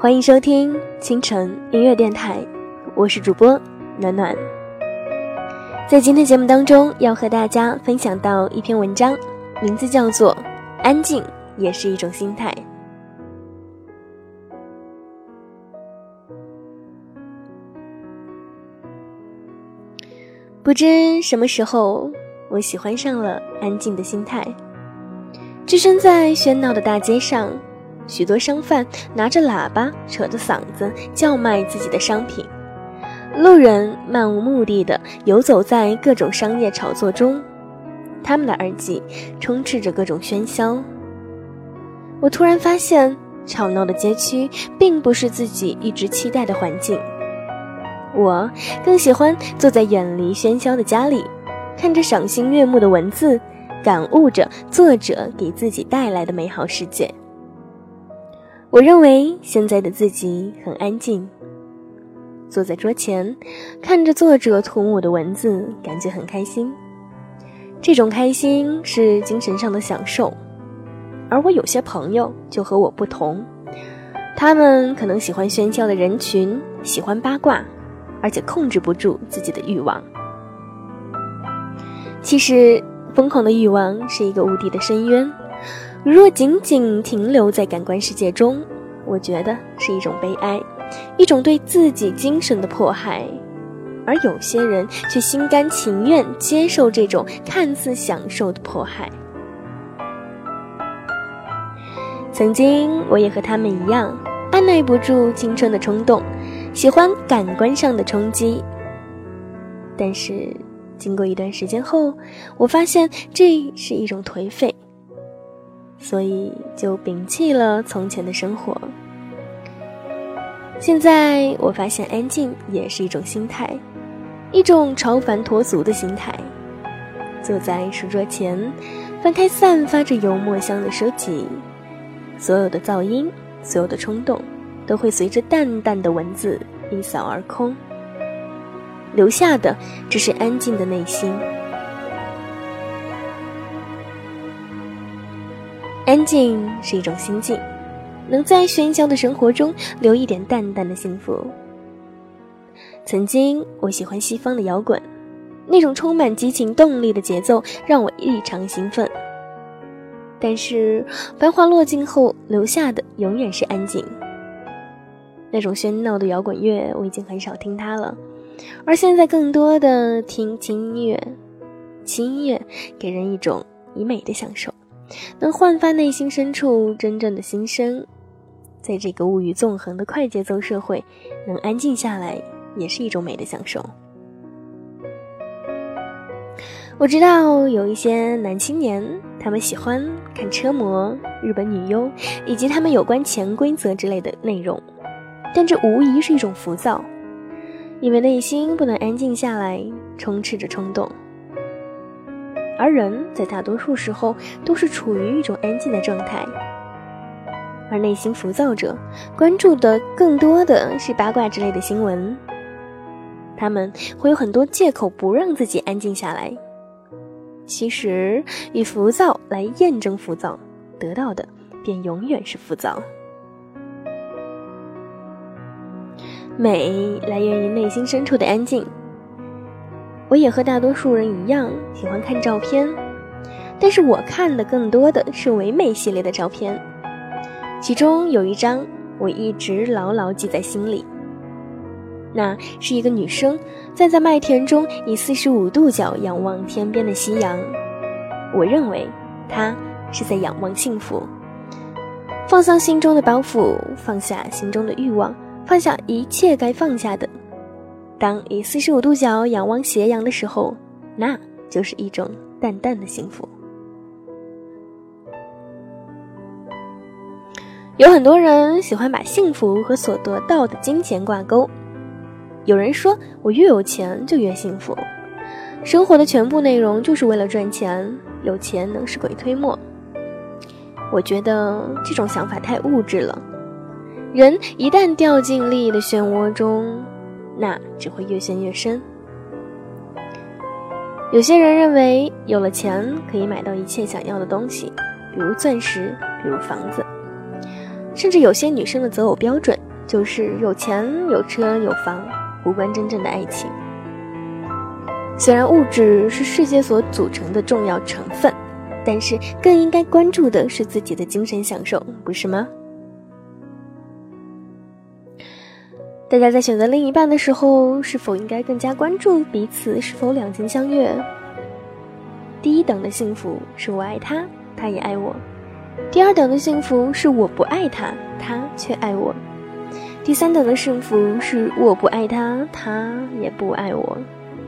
欢迎收听清晨音乐电台，我是主播暖暖。在今天节目当中，要和大家分享到一篇文章，名字叫做《安静也是一种心态》。不知什么时候，我喜欢上了安静的心态。置身在喧闹的大街上，许多商贩拿着喇叭，扯着嗓子叫卖自己的商品，路人漫无目的地游走在各种商业炒作中，他们的耳际充斥着各种喧嚣。我突然发现，吵闹的街区并不是自己一直期待的环境。我更喜欢坐在远离喧嚣的家里，看着赏心悦目的文字，感悟着作者给自己带来的美好世界。我认为现在的自己很安静，坐在桌前，看着作者涂抹的文字，感觉很开心。这种开心是精神上的享受，而我有些朋友就和我不同，他们可能喜欢喧嚣的人群，喜欢八卦，而且控制不住自己的欲望。其实疯狂的欲望是一个无底的深渊，如若仅仅停留在感官世界中，我觉得是一种悲哀，一种对自己精神的迫害。而有些人却心甘情愿接受这种看似享受的迫害。曾经我也和他们一样，按耐不住青春的冲动，喜欢感官上的冲击。但是经过一段时间后，我发现这是一种颓废，所以就摒弃了从前的生活。现在我发现安静也是一种心态，一种超凡脱俗的心态。坐在书桌前，翻开散发着油墨香的书籍，所有的噪音，所有的冲动，都会随着淡淡的文字一扫而空，留下的只是安静的内心。安静是一种心境，能在喧嚣的生活中留一点淡淡的幸福。曾经我喜欢西方的摇滚，那种充满激情动力的节奏让我异常兴奋。但是繁华落尽后，留下的永远是安静。那种喧闹的摇滚乐我已经很少听它了，而现在更多的听轻音乐。轻音乐给人一种以美的享受，能焕发内心深处真正的心声。在这个物欲纵横的快节奏社会，能安静下来也是一种美的享受。我知道有一些男青年，他们喜欢看车模、日本女优以及他们有关潜规则之类的内容，但这无疑是一种浮躁，因为内心不能安静下来，充斥着冲动。而人在大多数时候都是处于一种安静的状态，而内心浮躁者关注的更多的是八卦之类的新闻，他们会有很多借口不让自己安静下来。其实以浮躁来验证浮躁，得到的便永远是浮躁。美来源于内心深处的安静。我也和大多数人一样喜欢看照片，但是我看的更多的是唯美系列的照片。其中有一张我一直牢牢记在心里，那是一个女生站在麦田中，以45度角仰望天边的夕阳。我认为她是在仰望幸福，放下心中的包袱，放下心中的欲望，放下一切该放下的。当以45度角仰望斜阳的时候，那就是一种淡淡的幸福。有很多人喜欢把幸福和所得到的金钱挂钩，有人说我越有钱就越幸福，生活的全部内容就是为了赚钱，有钱能使鬼推磨。我觉得这种想法太物质了，人一旦掉进利益的漩涡中，那只会越陷越深。有些人认为有了钱可以买到一切想要的东西，比如钻石，比如房子，甚至有些女生的择偶标准就是有钱有车有房，无关真正的爱情。虽然物质是世界所组成的重要成分，但是更应该关注的是自己的精神享受，不是吗？大家在选择另一半的时候，是否应该更加关注彼此是否两情相悦？第一等的幸福是我爱他，他也爱我；第二等的幸福是我不爱他，他却爱我；第三等的幸福是我不爱他，他也不爱我。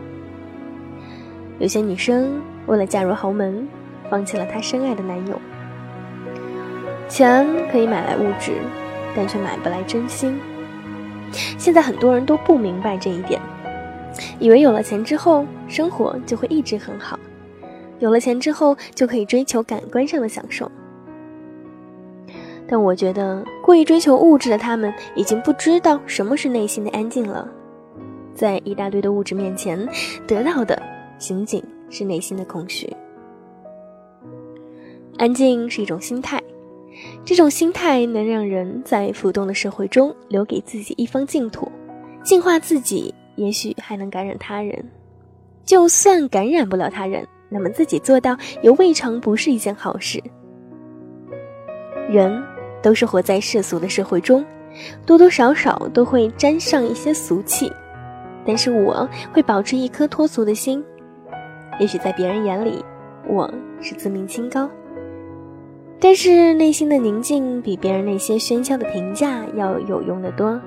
有些女生为了嫁入豪门，放弃了她深爱的男友。钱可以买来物质，但却买不来真心。现在很多人都不明白这一点，以为有了钱之后生活就会一直很好，有了钱之后就可以追求感官上的享受。但我觉得过于追求物质的他们已经不知道什么是内心的安静了。在一大堆的物质面前，得到的仅仅是内心的空虚。安静是一种心态，这种心态能让人在浮动的社会中留给自己一方净土，净化自己，也许还能感染他人。就算感染不了他人，那么自己做到也未尝不是一件好事。人都是活在世俗的社会中，多多少少都会沾上一些俗气，但是我会保持一颗脱俗的心。也许在别人眼里，我是自命清高，但是内心的宁静比别人那些喧嚣的评价要有用得多。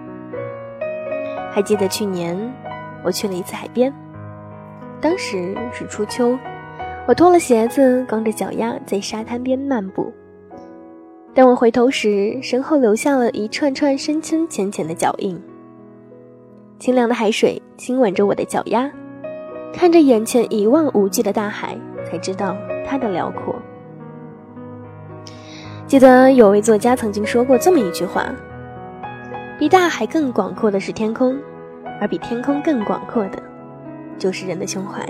还记得去年我去了一次海边，当时是初秋，我脱了鞋子，光着脚丫在沙滩边漫步。当我回头时，身后留下了一串串深深浅浅的脚印。清凉的海水亲吻着我的脚丫，看着眼前一望无际的大海，才知道它的辽阔。记得有位作家曾经说过这么一句话：比大海更广阔的是天空，而比天空更广阔的就是人的胸怀。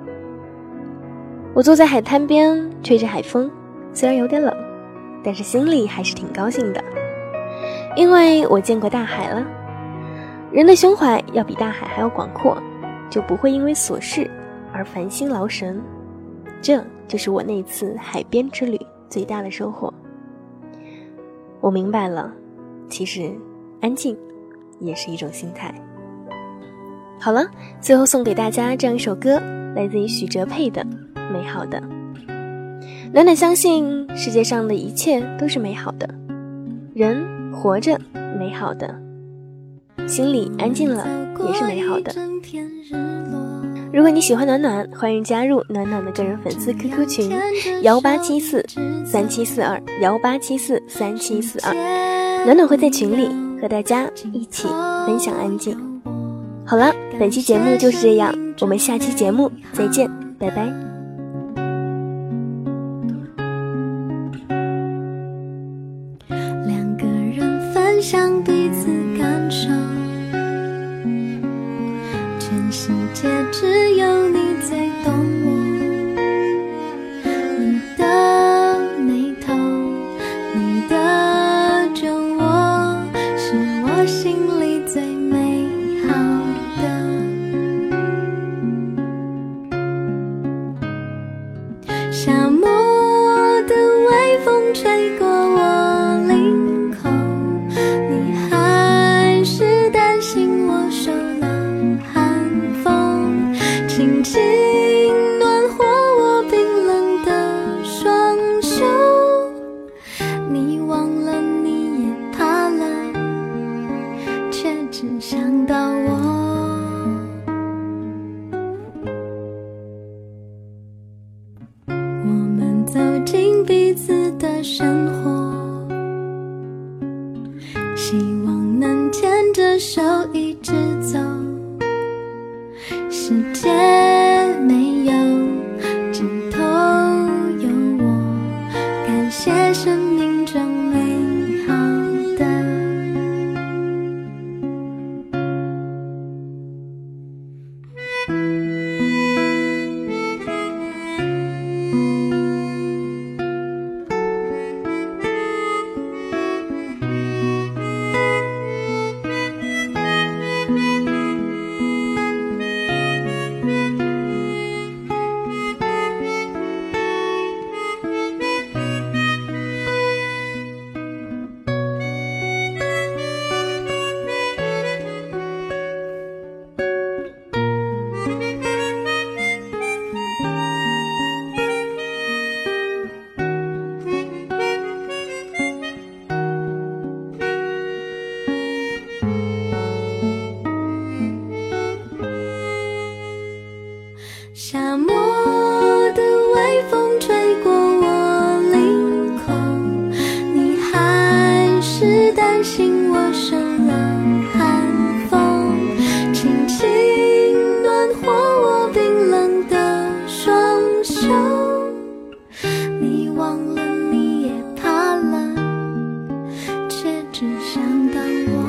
我坐在海滩边，吹着海风，虽然有点冷，但是心里还是挺高兴的，因为我见过大海了。人的胸怀要比大海还要广阔，就不会因为琐事而烦心劳神。这就是我那次海边之旅最大的收获。我明白了，其实安静也是一种心态。好了，最后送给大家这样一首歌，来自于许哲佩的《美好的》。暖暖相信世界上的一切都是美好的，人活着美好的，心里安静了也是美好的。如果你喜欢暖暖，欢迎加入暖暖的个人粉丝 QQ 群1874374218743742，暖暖会在群里和大家一起分享安静。好了，本期节目就是这样，我们下期节目再见，拜拜。 两个人分享彼此感受，全世界只有你最懂我。你的眉头，你的酒窝，是我心里最美好的。沙漠的微风吹过我领口，你还是担心我受了寒风，轻轻暖和我冰冷的双手。你忘了你也怕冷，却只想到我。我们走进彼此的生活，希望能牵着手一直走。世界没有尽头，有我，感谢生命中美好的。 你忘了你也怕了，却只想到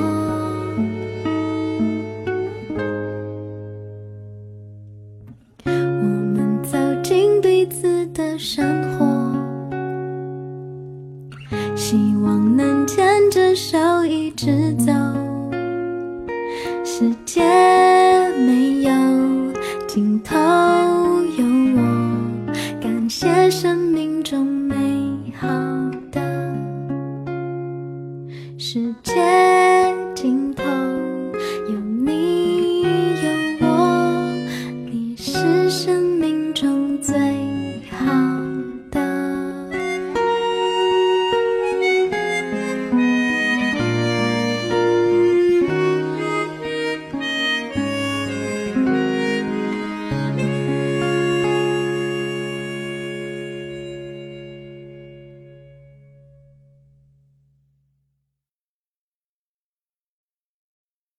我们走进彼此的生活，希望能牵着手一直走